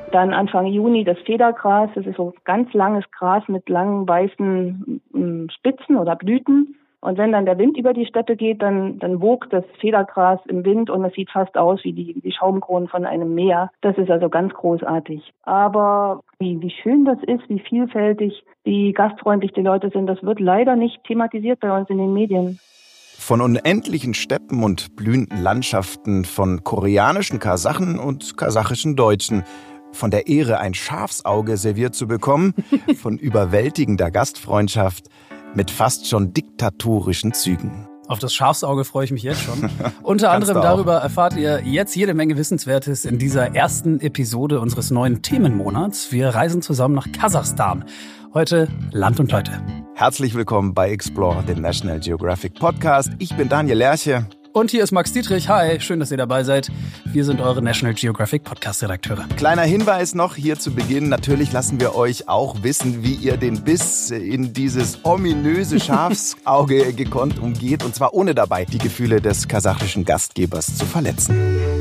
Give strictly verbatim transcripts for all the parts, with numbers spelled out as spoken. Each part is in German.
Dann Anfang Juni das Federgras, das ist so ganz langes Gras mit langen weißen m, Spitzen oder Blüten. Und wenn dann der Wind über die Steppe geht, dann, dann wogt das Federgras im Wind und es sieht fast aus wie die, die Schaumkronen von einem Meer. Das ist also ganz großartig. Aber wie, wie schön das ist, wie vielfältig, wie gastfreundlich die Leute sind, das wird leider nicht thematisiert bei uns in den Medien. Von unendlichen Steppen und blühenden Landschaften, von koreanischen Kasachen und kasachischen Deutschen, von der Ehre, ein Schafsauge serviert zu bekommen, von überwältigender Gastfreundschaft mit fast schon diktatorischen Zügen. Auf das Schafsauge freue ich mich jetzt schon. Unter anderem darüber erfahrt ihr jetzt jede Menge Wissenswertes in dieser ersten Episode unseres neuen Themenmonats. Wir reisen zusammen nach Kasachstan. Heute Land und Leute. Herzlich willkommen bei Explore, dem National Geographic Podcast. Ich bin Daniel Lerche. Und hier ist Max Dietrich. Hi, schön, dass ihr dabei seid. Wir sind eure National Geographic Podcast-Redakteure. Kleiner Hinweis noch hier zu Beginn. Natürlich lassen wir euch auch wissen, wie ihr den Biss in dieses ominöse Schafsauge gekonnt umgeht. Und zwar ohne dabei die Gefühle des kasachischen Gastgebers zu verletzen.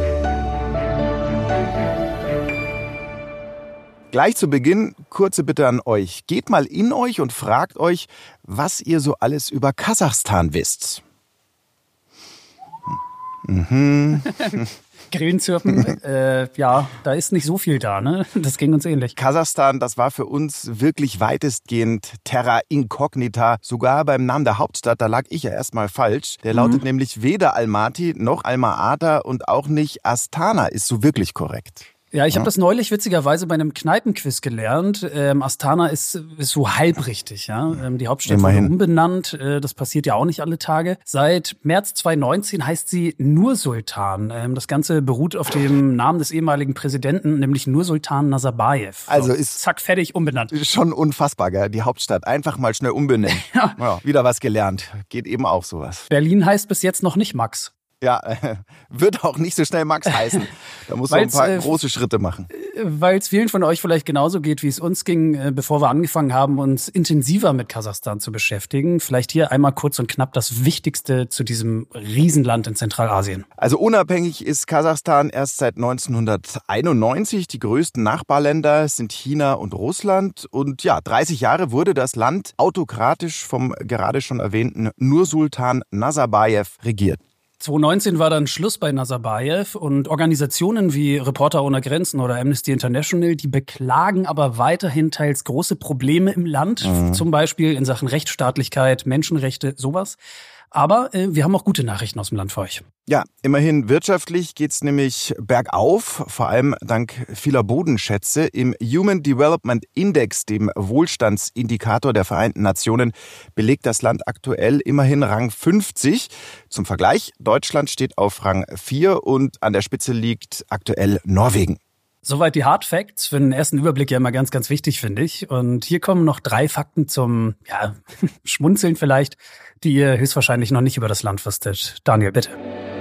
Gleich zu Beginn, kurze Bitte an euch. Geht mal in euch und fragt euch, was ihr so alles über Kasachstan wisst. Mhm. Grünzirpen, äh, ja, da ist nicht so viel da, ne? Das ging uns ähnlich. Kasachstan, das war für uns wirklich weitestgehend terra incognita. Sogar beim Namen der Hauptstadt, da lag ich ja erstmal falsch. Der mhm. lautet nämlich weder Almaty noch Alma-Ata und auch nicht Astana ist so wirklich korrekt. Ja, ich habe das neulich witzigerweise bei einem Kneipenquiz gelernt. Ähm, Astana ist, ist so halb richtig, ja. Ähm, die Hauptstadt wurde umbenannt. Äh, das passiert ja auch nicht alle Tage. Seit März zwanzig neunzehn heißt sie Nur-Sultan. Ähm, das Ganze beruht auf dem Namen des ehemaligen Präsidenten, nämlich Nur-Sultan Nazarbayev. So, also ist zack, fertig, umbenannt. Schon unfassbar, gell? Die Hauptstadt einfach mal schnell umbenennen. Ja. Ja, wieder was gelernt. Geht eben auch sowas. Berlin heißt bis jetzt noch nicht Max. Ja, äh, wird auch nicht so schnell Max heißen. Da muss man ein paar äh, große Schritte machen. Weil es vielen von euch vielleicht genauso geht, wie es uns ging, äh, bevor wir angefangen haben, uns intensiver mit Kasachstan zu beschäftigen. Vielleicht hier einmal kurz und knapp das Wichtigste zu diesem Riesenland in Zentralasien. Also unabhängig ist Kasachstan erst seit neunzehnhunderteinundneunzig. Die größten Nachbarländer sind China und Russland. Und ja, dreißig Jahre wurde das Land autokratisch vom gerade schon erwähnten Nur-Sultan Nazarbayev regiert. zwanzig neunzehn war dann Schluss bei Nazarbayev und Organisationen wie Reporter ohne Grenzen oder Amnesty International, die beklagen aber weiterhin teils große Probleme im Land, mhm. zum Beispiel in Sachen Rechtsstaatlichkeit, Menschenrechte, sowas. Aber äh, wir haben auch gute Nachrichten aus dem Land für euch. Ja, immerhin wirtschaftlich geht's nämlich bergauf, vor allem dank vieler Bodenschätze. Im Human Development Index, dem Wohlstandsindikator der Vereinten Nationen, belegt das Land aktuell immerhin Rang fünfzig. Zum Vergleich, Deutschland steht auf Rang vier und an der Spitze liegt aktuell Norwegen. Soweit die Hard Facts. Für einen ersten Überblick ja immer ganz, ganz wichtig, finde ich. Und hier kommen noch drei Fakten zum, ja, Schmunzeln vielleicht, die ihr höchstwahrscheinlich noch nicht über das Land wusstet. Daniel, bitte.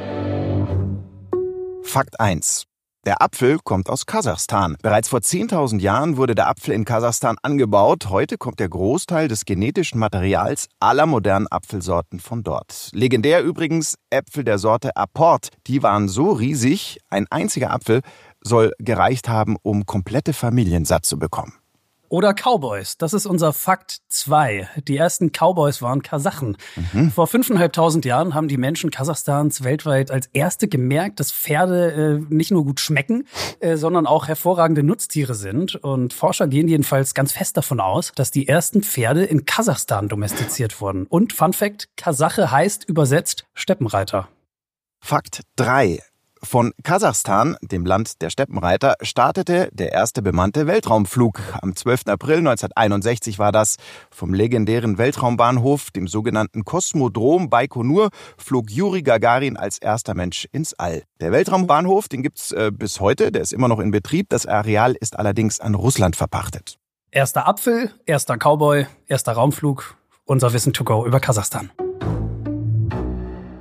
Fakt eins. Der Apfel kommt aus Kasachstan. Bereits vor zehntausend Jahren wurde der Apfel in Kasachstan angebaut. Heute kommt der Großteil des genetischen Materials aller modernen Apfelsorten von dort. Legendär übrigens Äpfel der Sorte Apport. Die waren so riesig, ein einziger Apfel soll gereicht haben, um komplette Familien satt zu bekommen. Oder Cowboys. Das ist unser Fakt zwei. Die ersten Cowboys waren Kasachen. Mhm. Vor fünfeinhalbtausend Jahren haben die Menschen Kasachstans weltweit als erste gemerkt, dass Pferde äh, nicht nur gut schmecken, äh, sondern auch hervorragende Nutztiere sind. Und Forscher gehen jedenfalls ganz fest davon aus, dass die ersten Pferde in Kasachstan domestiziert wurden. Und Fun Fact, Kasache heißt übersetzt Steppenreiter. Fakt drei. Von Kasachstan, dem Land der Steppenreiter, startete der erste bemannte Weltraumflug. Am zwölften April neunzehnhunderteinundsechzig war das. Vom legendären Weltraumbahnhof, dem sogenannten Kosmodrom Baikonur, flog Juri Gagarin als erster Mensch ins All. Der Weltraumbahnhof, den gibt's äh, bis heute, der ist immer noch in Betrieb. Das Areal ist allerdings an Russland verpachtet. Erster Apfel, erster Cowboy, erster Raumflug, unser Wissen to go über Kasachstan.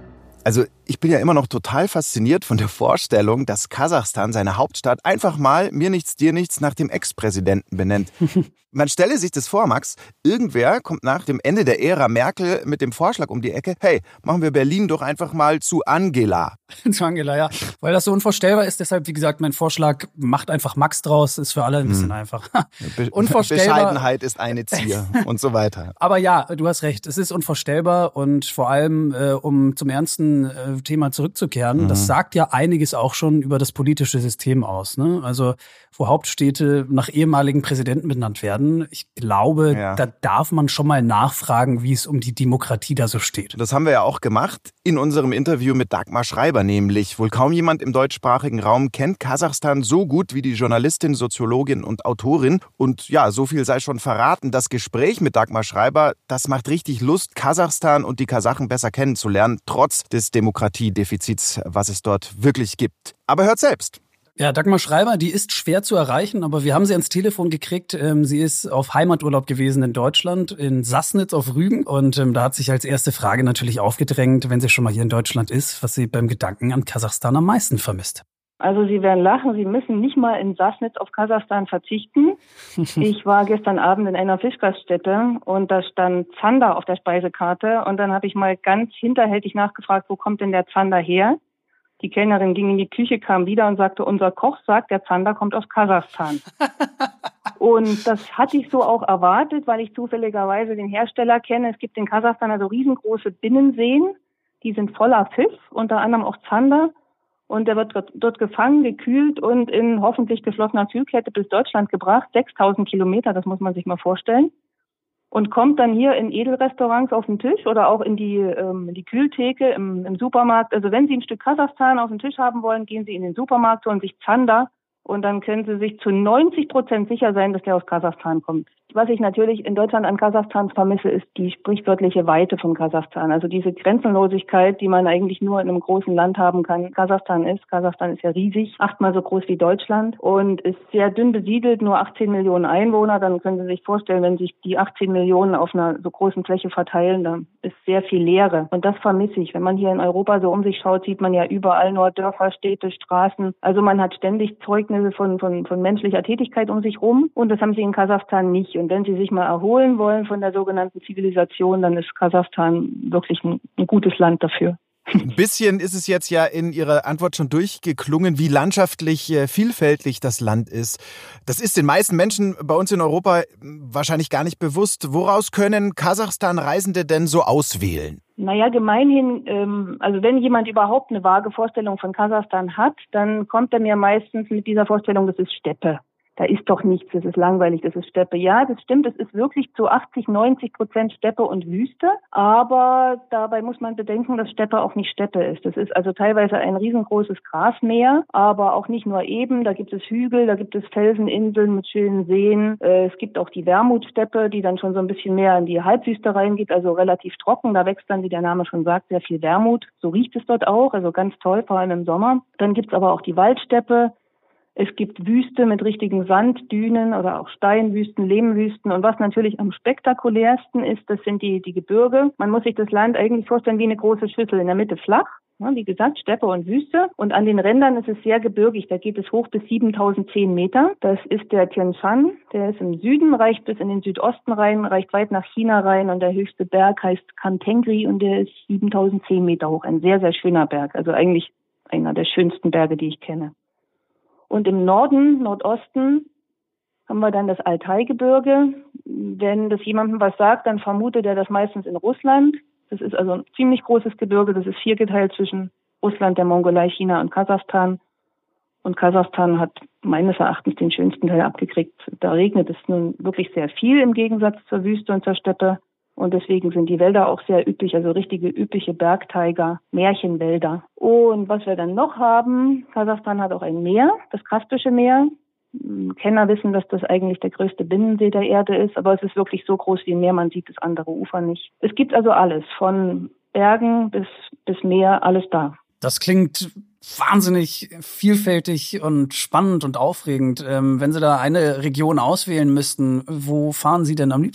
Also ich bin ja immer noch total fasziniert von der Vorstellung, dass Kasachstan seine Hauptstadt einfach mal mir nichts, dir nichts nach dem Ex-Präsidenten benennt. Man stelle sich das vor, Max, irgendwer kommt nach dem Ende der Ära Merkel mit dem Vorschlag um die Ecke, hey, machen wir Berlin doch einfach mal zu Angela. Zu Angela, ja. Weil das so unvorstellbar ist, deshalb, wie gesagt, mein Vorschlag, macht einfach Max draus, ist für alle ein bisschen hm. einfach. Be- unvorstellbar. Bescheidenheit ist eine Zier und so weiter. Aber ja, du hast recht, es ist unvorstellbar und vor allem, äh, um zum ernsten äh, Thema zurückzukehren, mhm. das sagt ja einiges auch schon über das politische System aus, ne? Also, wo Hauptstädte nach ehemaligen Präsidenten benannt werden, ich glaube, ja. da darf man schon mal nachfragen, wie es um die Demokratie da so steht. Das haben wir ja auch gemacht in unserem Interview mit Dagmar Schreiber nämlich. Wohl kaum jemand im deutschsprachigen Raum kennt Kasachstan so gut wie die Journalistin, Soziologin und Autorin. Und ja, so viel sei schon verraten. Das Gespräch mit Dagmar Schreiber, das macht richtig Lust, Kasachstan und die Kasachen besser kennenzulernen, trotz des Demokratiedefizits, was es dort wirklich gibt. Aber hört selbst. Ja, Dagmar Schreiber, die ist schwer zu erreichen, aber wir haben sie ans Telefon gekriegt. Sie ist auf Heimaturlaub gewesen in Deutschland, in Sassnitz auf Rügen. Und da hat sich als erste Frage natürlich aufgedrängt, wenn sie schon mal hier in Deutschland ist, was sie beim Gedanken an Kasachstan am meisten vermisst. Also Sie werden lachen, Sie müssen nicht mal in Sassnitz auf Kasachstan verzichten. Ich war gestern Abend in einer Fischgaststätte und da stand Zander auf der Speisekarte. Und dann habe ich mal ganz hinterhältig nachgefragt, wo kommt denn der Zander her? Die Kellnerin ging in die Küche, kam wieder und sagte, unser Koch sagt, der Zander kommt aus Kasachstan. Und das hatte ich so auch erwartet, weil ich zufälligerweise den Hersteller kenne. Es gibt in Kasachstan also riesengroße Binnenseen, die sind voller Fisch, unter anderem auch Zander. Und der wird dort gefangen, gekühlt und in hoffentlich geschlossener Kühlkette bis Deutschland gebracht. sechstausend Kilometer, das muss man sich mal vorstellen. Und kommt dann hier in Edelrestaurants auf den Tisch oder auch in die, ähm, die Kühltheke im, im Supermarkt. Also wenn Sie ein Stück Kasachstan auf den Tisch haben wollen, gehen Sie in den Supermarkt, holen sich Zander und dann können Sie sich zu neunzig Prozent sicher sein, dass der aus Kasachstan kommt. Was ich natürlich in Deutschland an Kasachstan vermisse, ist die sprichwörtliche Weite von Kasachstan. Also diese Grenzenlosigkeit, die man eigentlich nur in einem großen Land haben kann. Kasachstan ist, Kasachstan ist ja riesig, achtmal so groß wie Deutschland und ist sehr dünn besiedelt, nur achtzehn Millionen Einwohner. Dann können Sie sich vorstellen, wenn sich die achtzehn Millionen auf einer so großen Fläche verteilen, dann ist sehr viel Leere. Und das vermisse ich. Wenn man hier in Europa so um sich schaut, sieht man ja überall nur Dörfer, Städte, Straßen. Also man hat ständig Zeugnisse von, von, von menschlicher Tätigkeit um sich rum und das haben Sie in Kasachstan nicht. Und wenn Sie sich mal erholen wollen von der sogenannten Zivilisation, dann ist Kasachstan wirklich ein, ein gutes Land dafür. Ein bisschen ist es jetzt ja in Ihrer Antwort schon durchgeklungen, wie landschaftlich vielfältig das Land ist. Das ist den meisten Menschen bei uns in Europa wahrscheinlich gar nicht bewusst. Woraus können Kasachstan-Reisende denn so auswählen? Naja, gemeinhin, ähm, also wenn jemand überhaupt eine vage Vorstellung von Kasachstan hat, dann kommt er mir meistens mit dieser Vorstellung, das ist Steppe. Da ist doch nichts, das ist langweilig, das ist Steppe. Ja, das stimmt, es ist wirklich zu achtzig, neunzig Prozent Steppe und Wüste. Aber dabei muss man bedenken, dass Steppe auch nicht Steppe ist. Das ist also teilweise ein riesengroßes Grasmeer, aber auch nicht nur eben. Da gibt es Hügel, da gibt es Felseninseln mit schönen Seen. Es gibt auch die Wermutsteppe, die dann schon so ein bisschen mehr in die Halbwüste reingeht, also relativ trocken. Da wächst dann, wie der Name schon sagt, sehr viel Wermut. So riecht es dort auch, also ganz toll, vor allem im Sommer. Dann gibt es aber auch die Waldsteppe. Es gibt Wüste mit richtigen Sanddünen oder auch Steinwüsten, Lehmwüsten. Und was natürlich am spektakulärsten ist, das sind die, die Gebirge. Man muss sich das Land eigentlich vorstellen wie eine große Schüssel, in der Mitte flach. Ja, wie gesagt, Steppe und Wüste. Und an den Rändern ist es sehr gebirgig. Da geht es hoch bis siebentausendzehn Meter. Das ist der Tian Shan. Der ist im Süden, reicht bis in den Südosten rein, reicht weit nach China rein. Und der höchste Berg heißt Kantengri und der ist siebentausendzehn Meter hoch. Ein sehr, sehr schöner Berg. Also eigentlich einer der schönsten Berge, die ich kenne. Und im Norden, Nordosten, haben wir dann das Altai-Gebirge. Wenn das jemandem was sagt, dann vermutet er das meistens in Russland. Das ist also ein ziemlich großes Gebirge. Das ist viergeteilt zwischen Russland, der Mongolei, China und Kasachstan. Und Kasachstan hat meines Erachtens den schönsten Teil abgekriegt. Da regnet es nun wirklich sehr viel im Gegensatz zur Wüste und zur Steppe. Und deswegen sind die Wälder auch sehr üppig, also richtige üppige Bergtaiga, Märchenwälder. Und was wir dann noch haben, Kasachstan hat auch ein Meer, das Kaspische Meer. Kenner wissen, dass das eigentlich der größte Binnensee der Erde ist, aber es ist wirklich so groß wie ein Meer, man sieht das andere Ufer nicht. Es gibt also alles, von Bergen bis, bis Meer, alles da. Das klingt wahnsinnig vielfältig und spannend und aufregend. Ähm, wenn Sie da eine Region auswählen müssten, wo fahren Sie denn am liebsten hin?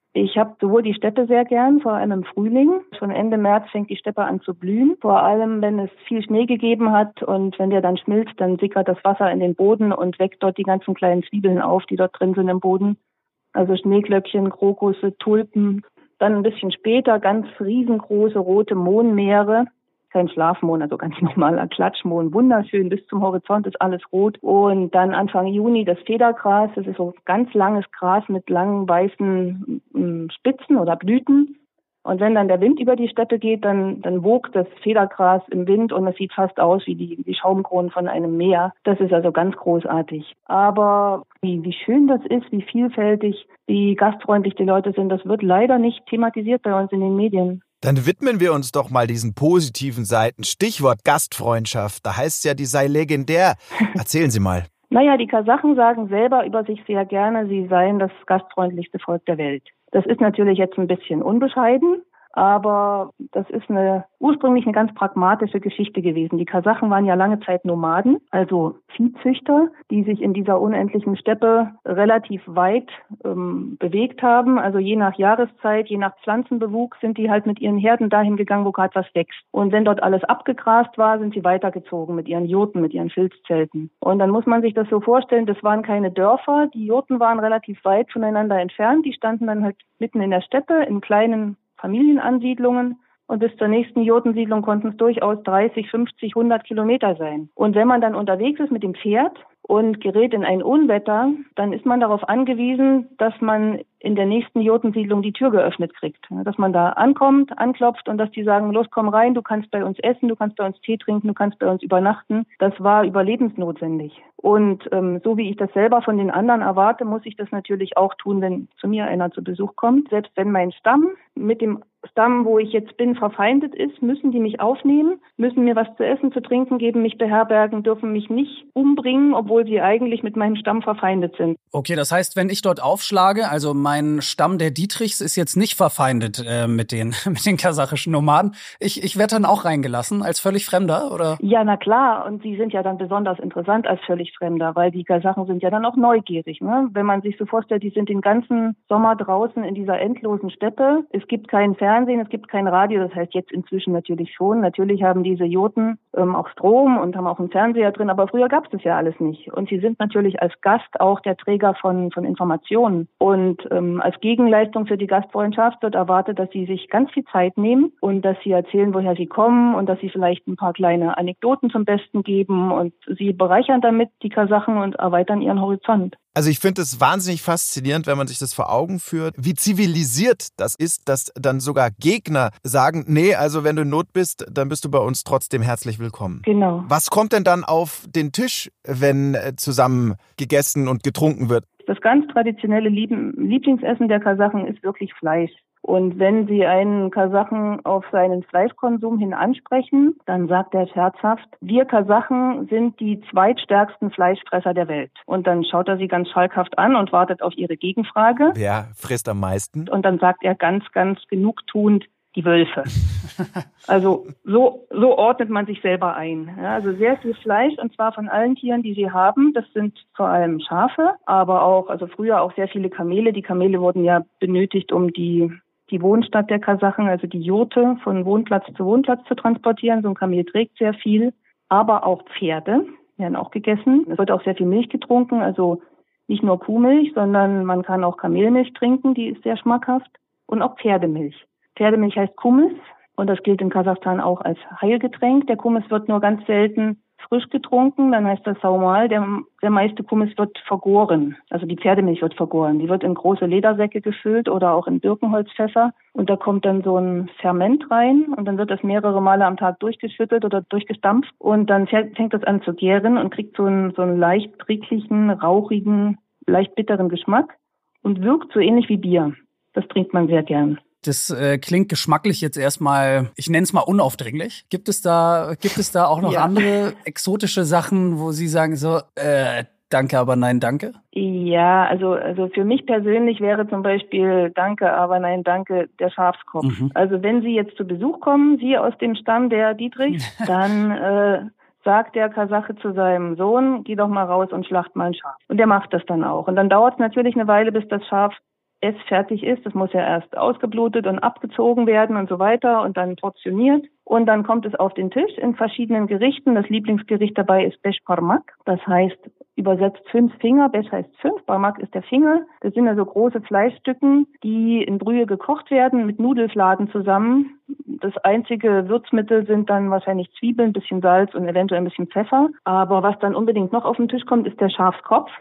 Ich habe sowohl die Steppe sehr gern, vor allem im Frühling. Schon Ende März fängt die Steppe an zu blühen. Vor allem, wenn es viel Schnee gegeben hat und wenn der dann schmilzt, dann sickert das Wasser in den Boden und weckt dort die ganzen kleinen Zwiebeln auf, die dort drin sind im Boden. Also Schneeglöckchen, Krokusse, Tulpen. Dann ein bisschen später ganz riesengroße rote Mohnmeere. Kein Schlafmohn, also ganz normaler Klatschmohn. Wunderschön, bis zum Horizont ist alles rot. Und dann Anfang Juni das Federgras. Das ist so ganz langes Gras mit langen weißen ähm, Spitzen oder Blüten. Und wenn dann der Wind über die Steppe geht, dann, dann wogt das Federgras im Wind und es sieht fast aus wie die, die Schaumkronen von einem Meer. Das ist also ganz großartig. Aber wie, wie schön das ist, wie vielfältig, wie gastfreundlich die Leute sind, das wird leider nicht thematisiert bei uns in den Medien. Dann widmen wir uns doch mal diesen positiven Seiten. Stichwort Gastfreundschaft. Da heißt es ja, die sei legendär. Erzählen Sie mal. Naja, die Kasachen sagen selber über sich sehr gerne, sie seien das gastfreundlichste Volk der Welt. Das ist natürlich jetzt ein bisschen unbescheiden, aber das ist eine ursprünglich eine ganz pragmatische Geschichte gewesen. Die Kasachen waren ja lange Zeit Nomaden, also Viehzüchter, die sich in dieser unendlichen Steppe relativ weit ähm, bewegt haben. Also je nach Jahreszeit, je nach Pflanzenbewuchs sind die halt mit ihren Herden dahin gegangen, wo gerade was wächst. Und wenn dort alles abgegrast war, sind sie weitergezogen mit ihren Jurten, mit ihren Filzzelten. Und dann muss man sich das so vorstellen, das waren keine Dörfer. Die Jurten waren relativ weit voneinander entfernt. Die standen dann halt mitten in der Steppe in kleinen Familienansiedlungen. Und bis zur nächsten Jurtensiedlung konnten es durchaus dreißig, fünfzig, hundert Kilometer sein. Und wenn man dann unterwegs ist mit dem Pferd und gerät in ein Unwetter, dann ist man darauf angewiesen, dass man in der nächsten Jurtensiedlung die Tür geöffnet kriegt. Dass man da ankommt, anklopft und dass die sagen, los, komm rein, du kannst bei uns essen, du kannst bei uns Tee trinken, du kannst bei uns übernachten. Das war überlebensnotwendig. Und ähm, so wie ich das selber von den anderen erwarte, muss ich das natürlich auch tun, wenn zu mir einer zu Besuch kommt. Selbst wenn mein Stamm mit dem Stamm, wo ich jetzt bin, verfeindet ist, müssen die mich aufnehmen, müssen mir was zu essen, zu trinken geben, mich beherbergen, dürfen mich nicht umbringen, obwohl sie eigentlich mit meinem Stamm verfeindet sind. Okay, das heißt, wenn ich dort aufschlage, also mein Stamm der Dietrichs ist jetzt nicht verfeindet äh, mit den mit den kasachischen Nomaden. Ich, ich werde dann auch reingelassen als völlig Fremder, oder? Ja, na klar. Und sie sind ja dann besonders interessant als völlig Fremder, weil die Kasachen sind ja dann auch neugierig. Ne? Wenn man sich so vorstellt, die sind den ganzen Sommer draußen in dieser endlosen Steppe. Es gibt kein Fernsehen, es gibt kein Radio. Das heißt jetzt inzwischen natürlich schon. Natürlich haben diese Jurten ähm, auch Strom und haben auch einen Fernseher drin. Aber früher gab es das ja alles nicht. Und sie sind natürlich als Gast auch der Träger von, von Informationen. Und ähm, als Gegenleistung für die Gastfreundschaft wird erwartet, dass sie sich ganz viel Zeit nehmen und dass sie erzählen, woher sie kommen und dass sie vielleicht ein paar kleine Anekdoten zum Besten geben und sie bereichern damit die Kasachen und erweitern ihren Horizont. Also ich finde es wahnsinnig faszinierend, wenn man sich das vor Augen führt, wie zivilisiert das ist, dass dann sogar Gegner sagen, nee, also wenn du in Not bist, dann bist du bei uns trotzdem herzlich willkommen. Genau. Was kommt denn dann auf den Tisch, wenn zusammen gegessen und getrunken wird? Das ganz traditionelle Lieblingsessen der Kasachen ist wirklich Fleisch. Und wenn Sie einen Kasachen auf seinen Fleischkonsum hin ansprechen, dann sagt er scherzhaft, wir Kasachen sind die zweitstärksten Fleischfresser der Welt. Und dann schaut er Sie ganz schalkhaft an und wartet auf Ihre Gegenfrage. Wer frisst am meisten? Und dann sagt er ganz, ganz genugtuend, die Wölfe. Also so, so ordnet man sich selber ein. Ja, also sehr viel Fleisch und zwar von allen Tieren, die sie haben. Das sind vor allem Schafe, aber auch, also früher auch sehr viele Kamele. Die Kamele wurden ja benötigt, um die die Wohnstadt der Kasachen, also die Jurte, von Wohnplatz zu Wohnplatz zu transportieren. So ein Kamel trägt sehr viel. Aber auch Pferde werden auch gegessen. Es wird auch sehr viel Milch getrunken, also nicht nur Kuhmilch, sondern man kann auch Kamelmilch trinken, die ist sehr schmackhaft. Und auch Pferdemilch. Pferdemilch heißt Kumis und das gilt in Kasachstan auch als Heilgetränk. Der Kumis wird nur ganz selten frisch getrunken, dann heißt das Saumal. Der, der meiste Kumis wird vergoren, also die Pferdemilch wird vergoren. Die wird in große Ledersäcke gefüllt oder auch in Birkenholzfässer und da kommt dann so ein Ferment rein und dann wird das mehrere Male am Tag durchgeschüttet oder durchgestampft und dann fängt das an zu gären und kriegt so einen, so einen leicht pricklichen, rauchigen, leicht bitteren Geschmack und wirkt so ähnlich wie Bier. Das trinkt man sehr gern. Das äh, klingt geschmacklich jetzt erstmal, ich nenne es mal unaufdringlich. Gibt es da, gibt es da auch noch ja. andere exotische Sachen, wo Sie sagen so, äh, danke, aber nein, danke? Ja, also also für mich persönlich wäre zum Beispiel danke, aber nein, danke der Schafskopf. Mhm. Also wenn Sie jetzt zu Besuch kommen, Sie aus dem Stamm der Dietrichs, dann äh, sagt der Kasache zu seinem Sohn, geh doch mal raus und schlacht mal ein Schaf. Und der macht das dann auch. Und dann dauert es natürlich eine Weile, bis das Schaf essfertig ist. Das muss ja erst ausgeblutet und abgezogen werden und so weiter und dann portioniert. Und dann kommt es auf den Tisch in verschiedenen Gerichten. Das Lieblingsgericht dabei ist beş parmak. Das heißt übersetzt fünf Finger. Beş heißt fünf, parmak ist der Finger. Das sind also große Fleischstücken, die in Brühe gekocht werden mit Nudelfladen zusammen. Das einzige Würzmittel sind dann wahrscheinlich Zwiebeln, ein bisschen Salz und eventuell ein bisschen Pfeffer. Aber was dann unbedingt noch auf den Tisch kommt, ist der Schafskopf.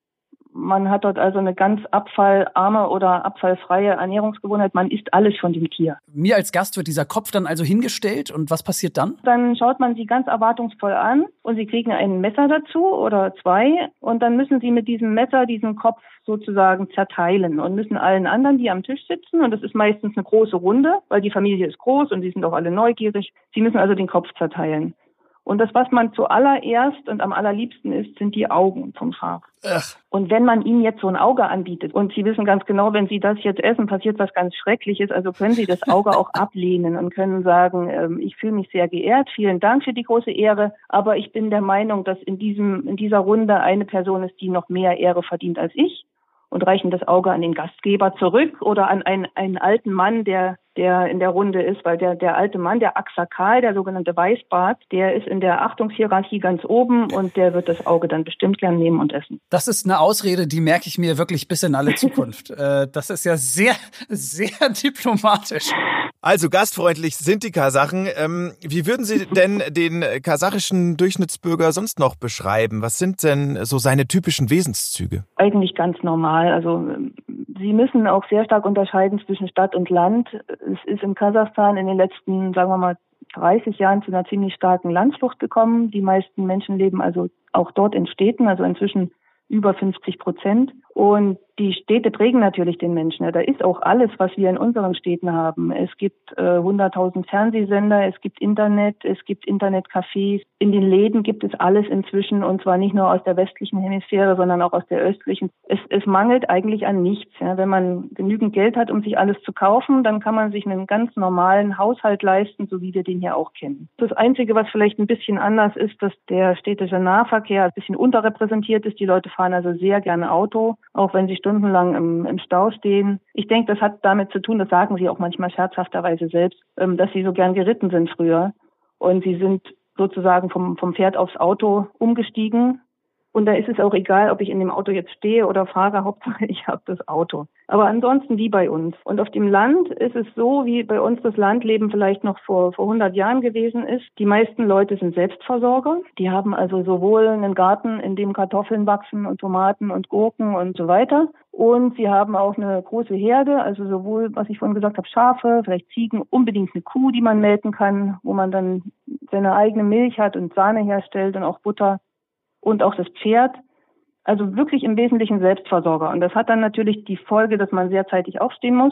Man hat dort also eine ganz abfallarme oder abfallfreie Ernährungsgewohnheit. Man isst alles von dem Tier. Mir als Gast wird dieser Kopf dann also hingestellt und was passiert dann? Dann schaut man sie ganz erwartungsvoll an und sie kriegen ein Messer dazu oder zwei und dann müssen sie mit diesem Messer diesen Kopf sozusagen zerteilen und müssen allen anderen, die am Tisch sitzen, und das ist meistens eine große Runde, weil die Familie ist groß und die sind auch alle neugierig, sie müssen also den Kopf zerteilen. Und das, was man zuallererst und am allerliebsten isst, sind die Augen vom Schaf. Ach. Und wenn man ihnen jetzt so ein Auge anbietet und sie wissen ganz genau, wenn sie das jetzt essen, passiert was ganz Schreckliches, also können sie das Auge auch ablehnen und können sagen, ähm, ich fühle mich sehr geehrt, vielen Dank für die große Ehre, aber ich bin der Meinung, dass in diesem in dieser Runde eine Person ist, die noch mehr Ehre verdient als ich, und reichen das Auge an den Gastgeber zurück oder an einen, einen alten Mann, der der in der Runde ist, weil der der alte Mann, der Aksakal, der sogenannte Weißbart, der ist in der Achtungshierarchie ganz oben und der wird das Auge dann bestimmt gern nehmen und essen. Das ist eine Ausrede, die merke ich mir wirklich bis in alle Zukunft. äh, das ist ja sehr, sehr diplomatisch. Also gastfreundlich sind die Kasachen. Ähm, wie würden Sie denn den kasachischen Durchschnittsbürger sonst noch beschreiben? Was sind denn so seine typischen Wesenszüge? Eigentlich ganz normal. Also Sie müssen auch sehr stark unterscheiden zwischen Stadt und Land. Es ist in Kasachstan in den letzten, sagen wir mal, dreißig Jahren zu einer ziemlich starken Landflucht gekommen. Die meisten Menschen leben also auch dort in Städten, also inzwischen über fünfzig Prozent. Und die Städte prägen natürlich den Menschen. Ja, da ist auch alles, was wir in unseren Städten haben. Es gibt äh, hunderttausend Fernsehsender, es gibt Internet, es gibt Internetcafés. In den Läden gibt es alles inzwischen, und zwar nicht nur aus der westlichen Hemisphäre, sondern auch aus der östlichen. Es, es mangelt eigentlich an nichts. Ja. Wenn man genügend Geld hat, um sich alles zu kaufen, dann kann man sich einen ganz normalen Haushalt leisten, so wie wir den hier auch kennen. Das Einzige, was vielleicht ein bisschen anders ist, dass der städtische Nahverkehr ein bisschen unterrepräsentiert ist. Die Leute fahren also sehr gerne Auto, auch wenn sie stundenlang im, im Stau stehen. Ich denke, das hat damit zu tun, das sagen sie auch manchmal scherzhafterweise selbst, ähm, dass sie so gern geritten sind früher. Und sie sind sozusagen vom, vom Pferd aufs Auto umgestiegen. Und da ist es auch egal, ob ich in dem Auto jetzt stehe oder fahre, Hauptsache ich habe das Auto. Aber ansonsten wie bei uns. Und auf dem Land ist es so, wie bei uns das Landleben vielleicht noch vor, vor hundert Jahren gewesen ist. Die meisten Leute sind Selbstversorger. Die haben also sowohl einen Garten, in dem Kartoffeln wachsen und Tomaten und Gurken und so weiter. Und sie haben auch eine große Herde, also sowohl, was ich vorhin gesagt habe, Schafe, vielleicht Ziegen, unbedingt eine Kuh, die man melken kann, wo man dann seine eigene Milch hat und Sahne herstellt und auch Butter. Und auch das Pferd, also wirklich im Wesentlichen Selbstversorger. Und das hat dann natürlich die Folge, dass man sehr zeitig aufstehen muss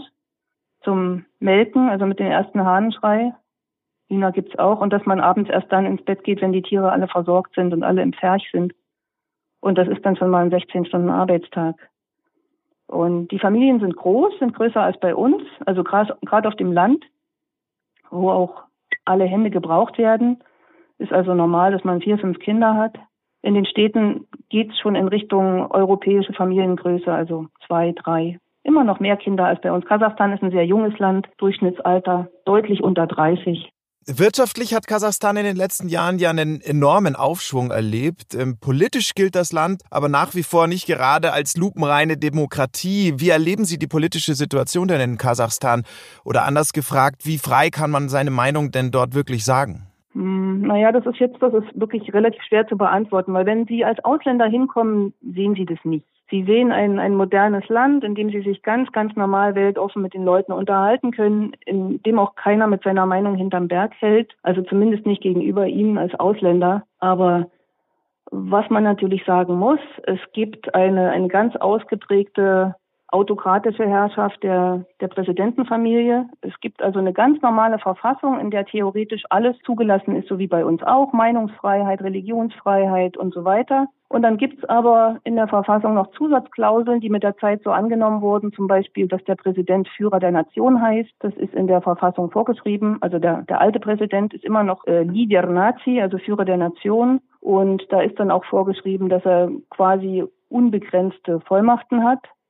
zum Melken, also mit dem ersten Hahnenschrei. Hühner gibt's auch. Und dass man abends erst dann ins Bett geht, wenn die Tiere alle versorgt sind und alle im Pferch sind. Und das ist dann schon mal ein sechzehn Stunden Arbeitstag. Und die Familien sind groß, sind größer als bei uns, also gerade auf dem Land, wo auch alle Hände gebraucht werden. Ist also normal, dass man vier, fünf Kinder hat. In den Städten geht es schon in Richtung europäische Familiengröße, also zwei, drei. Immer noch mehr Kinder als bei uns. Kasachstan ist ein sehr junges Land, Durchschnittsalter deutlich unter dreißig. Wirtschaftlich hat Kasachstan in den letzten Jahren ja einen enormen Aufschwung erlebt. Ähm, politisch gilt das Land aber nach wie vor nicht gerade als lupenreine Demokratie. Wie erleben Sie die politische Situation denn in Kasachstan? Oder anders gefragt, wie frei kann man seine Meinung denn dort wirklich sagen? Naja, das ist jetzt, das ist wirklich relativ schwer zu beantworten, weil wenn Sie als Ausländer hinkommen, sehen Sie das nicht. Sie sehen ein, ein modernes Land, in dem Sie sich ganz, ganz normal weltoffen mit den Leuten unterhalten können, in dem auch keiner mit seiner Meinung hinterm Berg hält, also zumindest nicht gegenüber Ihnen als Ausländer. Aber was man natürlich sagen muss, es gibt eine, eine ganz ausgeprägte autokratische Herrschaft der, der Präsidentenfamilie. Es gibt also eine ganz normale Verfassung, in der theoretisch alles zugelassen ist, so wie bei uns auch, Meinungsfreiheit, Religionsfreiheit und so weiter. Und dann gibt es aber in der Verfassung noch Zusatzklauseln, die mit der Zeit so angenommen wurden, zum Beispiel, dass der Präsident Führer der Nation heißt. Das ist in der Verfassung vorgeschrieben. Also der, der alte Präsident ist immer noch äh, Lider Nazi, also Führer der Nation. Und da ist dann auch vorgeschrieben, dass er quasi unbegrenzte Vollmachten hat.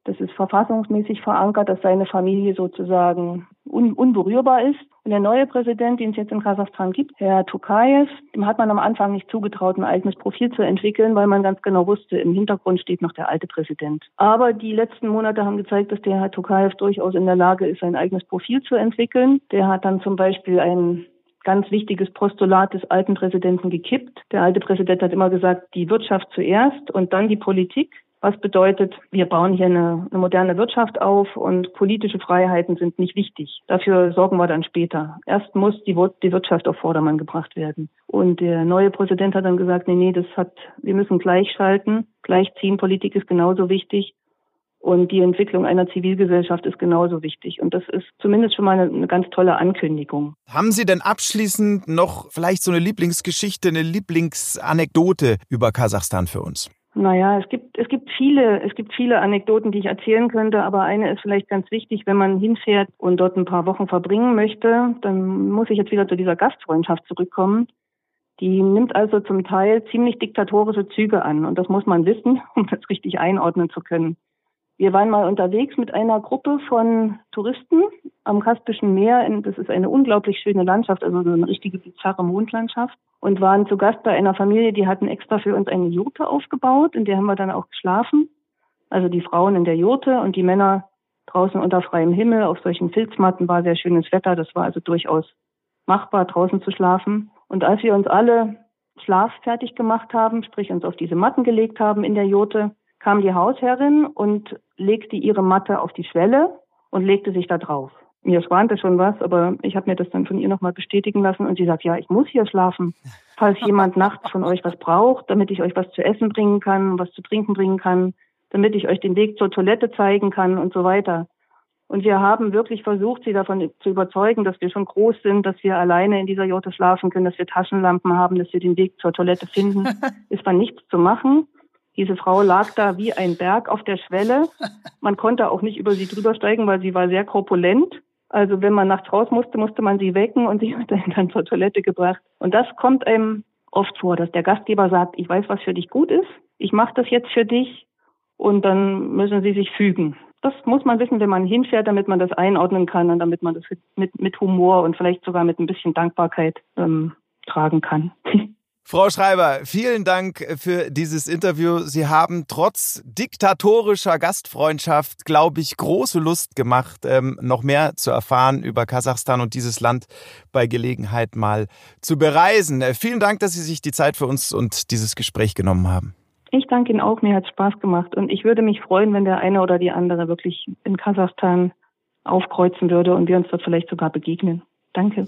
Das ist verfassungsmäßig verankert, dass seine Familie sozusagen un- unberührbar ist. Und der neue Präsident, den es jetzt in Kasachstan gibt, Herr Tokayev, dem hat man am Anfang nicht zugetraut, ein eigenes Profil zu entwickeln, weil man ganz genau wusste, im Hintergrund steht noch der alte Präsident. Aber die letzten Monate haben gezeigt, dass der Herr Tokayev durchaus in der Lage ist, ein eigenes Profil zu entwickeln. Der hat dann zum Beispiel ein ganz wichtiges Postulat des alten Präsidenten gekippt. Der alte Präsident hat immer gesagt, die Wirtschaft zuerst und dann die Politik. Was bedeutet, wir bauen hier eine, eine moderne Wirtschaft auf und politische Freiheiten sind nicht wichtig. Dafür sorgen wir dann später. Erst muss die, die Wirtschaft auf Vordermann gebracht werden. Und der neue Präsident hat dann gesagt, nee, nee, das hat, wir müssen gleichschalten. Gleichziehen, Politik ist genauso wichtig. Und die Entwicklung einer Zivilgesellschaft ist genauso wichtig. Und das ist zumindest schon mal eine, eine ganz tolle Ankündigung. Haben Sie denn abschließend noch vielleicht so eine Lieblingsgeschichte, eine Lieblingsanekdote über Kasachstan für uns? Naja, es gibt, es gibt viele, es gibt viele Anekdoten, die ich erzählen könnte, aber eine ist vielleicht ganz wichtig, wenn man hinfährt und dort ein paar Wochen verbringen möchte, dann muss ich jetzt wieder zu dieser Gastfreundschaft zurückkommen. Die nimmt also zum Teil ziemlich diktatorische Züge an und das muss man wissen, um das richtig einordnen zu können. Wir waren mal unterwegs mit einer Gruppe von Touristen am Kaspischen Meer. Das ist eine unglaublich schöne Landschaft, also so eine richtige bizarre Mondlandschaft. Und waren zu Gast bei einer Familie, die hatten extra für uns eine Jurte aufgebaut, in der haben wir dann auch geschlafen. Also die Frauen in der Jurte und die Männer draußen unter freiem Himmel auf solchen Filzmatten. War sehr schönes Wetter, das war also durchaus machbar, draußen zu schlafen. Und als wir uns alle schlaffertig gemacht haben, sprich uns auf diese Matten gelegt haben in der Jurte, kam die Hausherrin und legte ihre Matte auf die Schwelle und legte sich da drauf. Mir schwante schon was, aber ich habe mir das dann von ihr nochmal bestätigen lassen und sie sagt, ja, ich muss hier schlafen, falls jemand nachts von euch was braucht, damit ich euch was zu essen bringen kann, was zu trinken bringen kann, damit ich euch den Weg zur Toilette zeigen kann und so weiter. Und wir haben wirklich versucht, sie davon zu überzeugen, dass wir schon groß sind, dass wir alleine in dieser Jurte schlafen können, dass wir Taschenlampen haben, dass wir den Weg zur Toilette finden. Es war nichts zu machen. Diese Frau lag da wie ein Berg auf der Schwelle. Man konnte auch nicht über sie drüber steigen, weil sie war sehr korpulent. Also wenn man nachts raus musste, musste man sie wecken und sie hat dann zur Toilette gebracht. Und das kommt einem oft vor, dass der Gastgeber sagt, ich weiß, was für dich gut ist, ich mache das jetzt für dich und dann müssen sie sich fügen. Das muss man wissen, wenn man hinfährt, damit man das einordnen kann und damit man das mit, mit Humor und vielleicht sogar mit ein bisschen Dankbarkeit ähm, tragen kann. Frau Schreiber, vielen Dank für dieses Interview. Sie haben trotz diktatorischer Gastfreundschaft, glaube ich, große Lust gemacht, ähm, noch mehr zu erfahren über Kasachstan und dieses Land bei Gelegenheit mal zu bereisen. Äh, vielen Dank, dass Sie sich die Zeit für uns und dieses Gespräch genommen haben. Ich danke Ihnen auch, mir hat es Spaß gemacht und ich würde mich freuen, wenn der eine oder die andere wirklich in Kasachstan aufkreuzen würde und wir uns dort vielleicht sogar begegnen. Danke.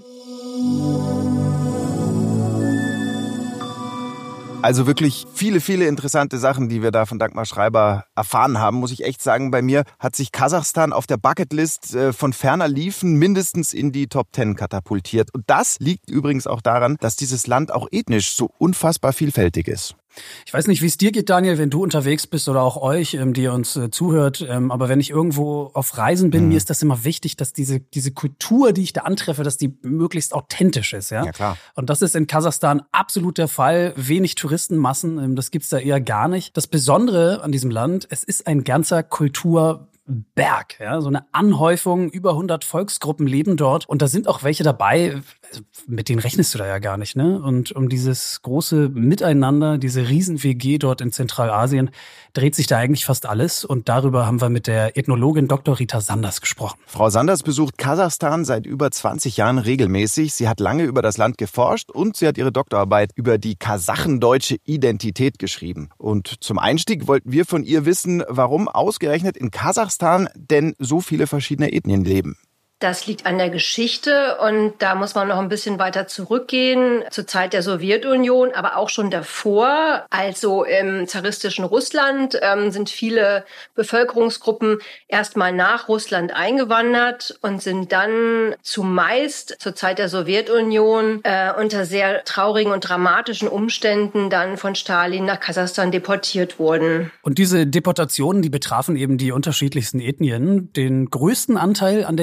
Also wirklich viele, viele interessante Sachen, die wir da von Dagmar Schreiber erfahren haben, muss ich echt sagen. Bei mir hat sich Kasachstan auf der Bucketlist von ferner Liefen mindestens in die Top Ten katapultiert. Und das liegt übrigens auch daran, dass dieses Land auch ethnisch so unfassbar vielfältig ist. Ich weiß nicht, wie es dir geht, Daniel, wenn du unterwegs bist oder auch euch, ähm, die ihr uns äh, zuhört. Ähm, aber wenn ich irgendwo auf Reisen bin, mhm. mir ist das immer wichtig, dass diese diese Kultur, die ich da antreffe, dass die möglichst authentisch ist. Ja, ja klar. Und das ist in Kasachstan absolut der Fall. Wenig Touristenmassen, ähm, das gibt's da eher gar nicht. Das Besondere an diesem Land, es ist ein ganzer Kultur Berg, ja, so eine Anhäufung, über hundert Volksgruppen leben dort und da sind auch welche dabei, mit denen rechnest du da ja gar nicht, ne? Und um dieses große Miteinander, diese Riesen-W G dort in Zentralasien, dreht sich da eigentlich fast alles und darüber haben wir mit der Ethnologin Doktor Rita Sanders gesprochen. Frau Sanders besucht Kasachstan seit über zwanzig Jahren regelmäßig. Sie hat lange über das Land geforscht und sie hat ihre Doktorarbeit über die kasachendeutsche Identität geschrieben. Und zum Einstieg wollten wir von ihr wissen, warum ausgerechnet in Kasachstan denn so viele verschiedene Ethnien leben. Das liegt an der Geschichte und da muss man noch ein bisschen weiter zurückgehen, zur Zeit der Sowjetunion, aber auch schon davor. Also im zaristischen Russland ähm, sind viele Bevölkerungsgruppen erstmal nach Russland eingewandert und sind dann zumeist zur Zeit der Sowjetunion äh, unter sehr traurigen und dramatischen Umständen dann von Stalin nach Kasachstan deportiert worden. Und diese Deportationen, die betrafen eben die unterschiedlichsten Ethnien. Den größten Anteil an der Gesamtbevölkerung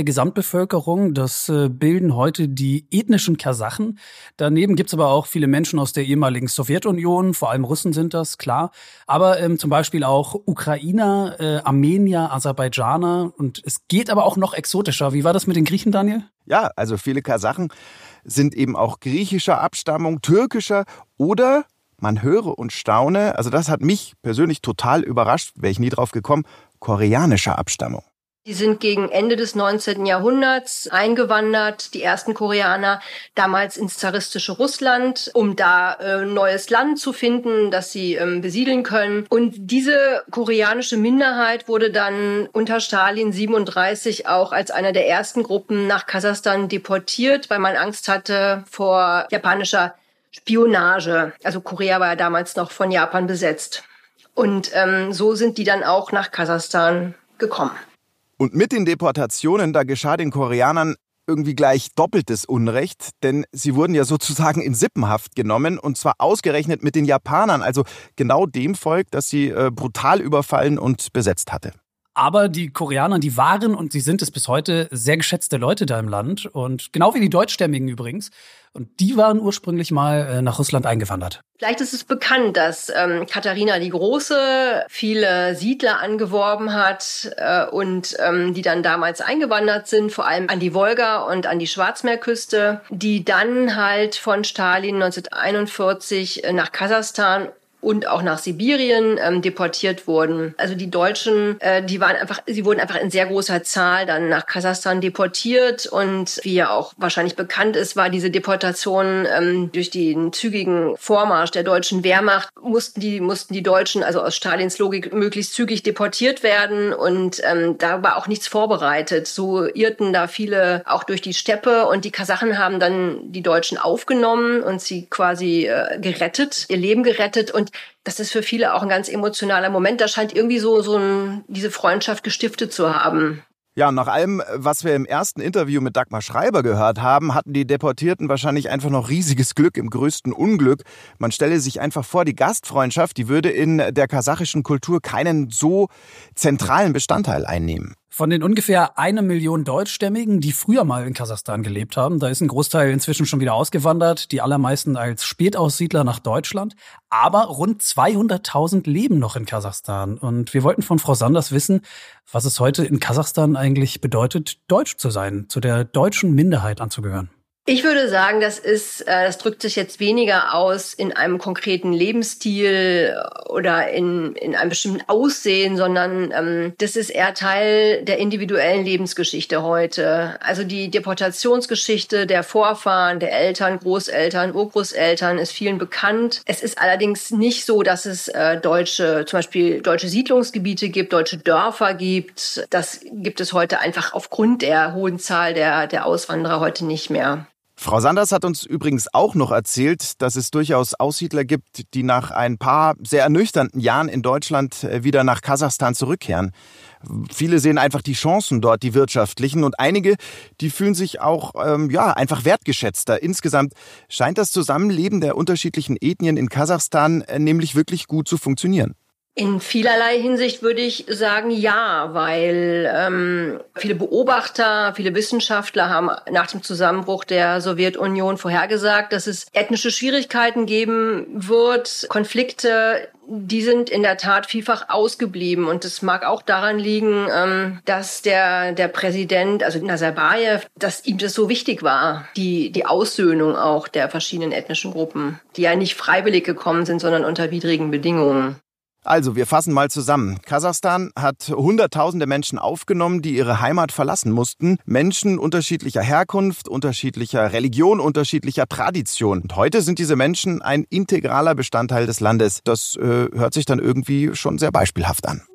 Kernbevölkerung. Das bilden heute die ethnischen Kasachen. Daneben gibt's aber auch viele Menschen aus der ehemaligen Sowjetunion, vor allem Russen sind das, klar. Aber ähm, zum Beispiel auch Ukrainer, äh, Armenier, Aserbaidschaner. Und es geht aber auch noch exotischer. Wie war das mit den Griechen, Daniel? Ja, also viele Kasachen sind eben auch griechischer Abstammung, türkischer oder, man höre und staune, also das hat mich persönlich total überrascht, wäre ich nie drauf gekommen, koreanischer Abstammung. Die sind gegen Ende des neunzehnten Jahrhunderts eingewandert, die ersten Koreaner, damals ins zaristische Russland, um da äh, neues Land zu finden, das sie ähm, besiedeln können. Und diese koreanische Minderheit wurde dann unter Stalin siebenunddreißig auch als einer der ersten Gruppen nach Kasachstan deportiert, weil man Angst hatte vor japanischer Spionage. Also Korea war ja damals noch von Japan besetzt. Und ähm, so sind die dann auch nach Kasachstan gekommen. Und mit den Deportationen, da geschah den Koreanern irgendwie gleich doppeltes Unrecht, denn sie wurden ja sozusagen in Sippenhaft genommen und zwar ausgerechnet mit den Japanern, also genau dem Volk, das sie äh, brutal überfallen und besetzt hatte. Aber die Koreaner, die waren und sie sind es bis heute sehr geschätzte Leute da im Land und genau wie die Deutschstämmigen übrigens. Und die waren ursprünglich mal äh, nach Russland eingewandert. Vielleicht ist es bekannt, dass ähm, Katharina die Große viele Siedler angeworben hat äh, und ähm, die dann damals eingewandert sind, vor allem an die Wolga und an die Schwarzmeerküste, die dann halt von Stalin neunzehnhunderteinundvierzig nach Kasachstan und auch nach Sibirien ähm, deportiert wurden. Also die Deutschen, äh, die waren einfach, sie wurden einfach in sehr großer Zahl dann nach Kasachstan deportiert und wie ja auch wahrscheinlich bekannt ist, war diese Deportation ähm, durch den zügigen Vormarsch der deutschen Wehrmacht mussten die mussten die Deutschen also aus Stalins Logik möglichst zügig deportiert werden und ähm, da war auch nichts vorbereitet. So irrten da viele auch durch die Steppe und die Kasachen haben dann die Deutschen aufgenommen und sie quasi äh, gerettet, ihr Leben gerettet und das ist für viele auch ein ganz emotionaler Moment. Da scheint irgendwie so, so ein, diese Freundschaft gestiftet zu haben. Ja, und nach allem, was wir im ersten Interview mit Dagmar Schreiber gehört haben, hatten die Deportierten wahrscheinlich einfach noch riesiges Glück im größten Unglück. Man stelle sich einfach vor, die Gastfreundschaft, die würde in der kasachischen Kultur keinen so zentralen Bestandteil einnehmen. Von den ungefähr eine Million Deutschstämmigen, die früher mal in Kasachstan gelebt haben, da ist ein Großteil inzwischen schon wieder ausgewandert, die allermeisten als Spätaussiedler nach Deutschland. Aber rund zweihunderttausend leben noch in Kasachstan. Und wir wollten von Frau Sanders wissen, was es heute in Kasachstan eigentlich bedeutet, deutsch zu sein, zu der deutschen Minderheit anzugehören. Ich würde sagen, das ist, äh, das drückt sich jetzt weniger aus in einem konkreten Lebensstil oder in in einem bestimmten Aussehen, sondern ähm, das ist eher Teil der individuellen Lebensgeschichte heute. Also die Deportationsgeschichte der Vorfahren, der Eltern, Großeltern, Urgroßeltern ist vielen bekannt. Es ist allerdings nicht so, dass es äh, deutsche, zum Beispiel deutsche Siedlungsgebiete gibt, deutsche Dörfer gibt. Das gibt es heute einfach aufgrund der hohen Zahl der der Auswanderer heute nicht mehr. Frau Sanders hat uns übrigens auch noch erzählt, dass es durchaus Aussiedler gibt, die nach ein paar sehr ernüchternden Jahren in Deutschland wieder nach Kasachstan zurückkehren. Viele sehen einfach die Chancen dort, die wirtschaftlichen, und einige, die fühlen sich auch ähm, ja einfach wertgeschätzter. Insgesamt scheint das Zusammenleben der unterschiedlichen Ethnien in Kasachstan äh, nämlich wirklich gut zu funktionieren. In vielerlei Hinsicht würde ich sagen, ja, weil ähm, viele Beobachter, viele Wissenschaftler haben nach dem Zusammenbruch der Sowjetunion vorhergesagt, dass es ethnische Schwierigkeiten geben wird, Konflikte. Die sind in der Tat vielfach ausgeblieben und es mag auch daran liegen, ähm, dass der der Präsident, also Nazarbayev, dass ihm das so wichtig war, die die Aussöhnung auch der verschiedenen ethnischen Gruppen, die ja nicht freiwillig gekommen sind, sondern unter widrigen Bedingungen. Also, wir fassen mal zusammen. Kasachstan hat hunderttausende Menschen aufgenommen, die ihre Heimat verlassen mussten. Menschen unterschiedlicher Herkunft, unterschiedlicher Religion, unterschiedlicher Tradition. Und heute sind diese Menschen ein integraler Bestandteil des Landes. Das äh, hört sich dann irgendwie schon sehr beispielhaft an.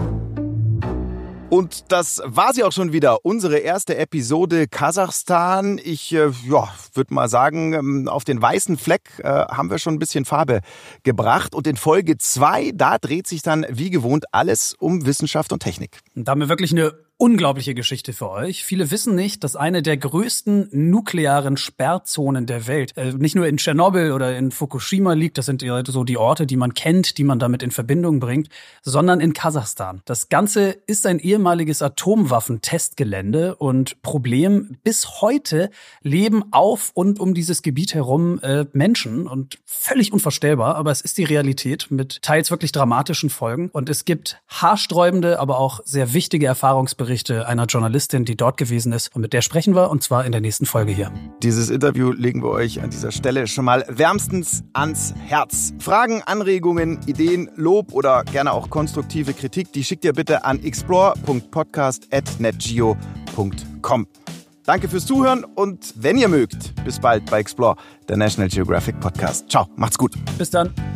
Und das war sie auch schon wieder, unsere erste Episode Kasachstan. Ich äh, ja, würde mal sagen, auf den weißen Fleck äh, haben wir schon ein bisschen Farbe gebracht. Und in Folge zwei, da dreht sich dann wie gewohnt alles um Wissenschaft und Technik. Da haben wir wirklich eine unglaubliche Geschichte für euch. Viele wissen nicht, dass eine der größten nuklearen Sperrzonen der Welt äh, nicht nur in Tschernobyl oder in Fukushima liegt, das sind ja so die Orte, die man kennt, die man damit in Verbindung bringt, sondern in Kasachstan. Das Ganze ist ein ehemaliges Atomwaffentestgelände und Problem, bis heute leben auf und um dieses Gebiet herum äh, Menschen und völlig unvorstellbar, aber es ist die Realität mit teils wirklich dramatischen Folgen und es gibt haarsträubende, aber auch sehr wichtige Erfahrungsberichte einer Journalistin, die dort gewesen ist und mit der sprechen wir und zwar in der nächsten Folge hier. Dieses Interview legen wir euch an dieser Stelle schon mal wärmstens ans Herz. Fragen, Anregungen, Ideen, Lob oder gerne auch konstruktive Kritik, die schickt ihr bitte an explore punkt podcast at netgeo punkt com. Danke fürs Zuhören und wenn ihr mögt, bis bald bei Explore, der National Geographic Podcast. Ciao, macht's gut. Bis dann.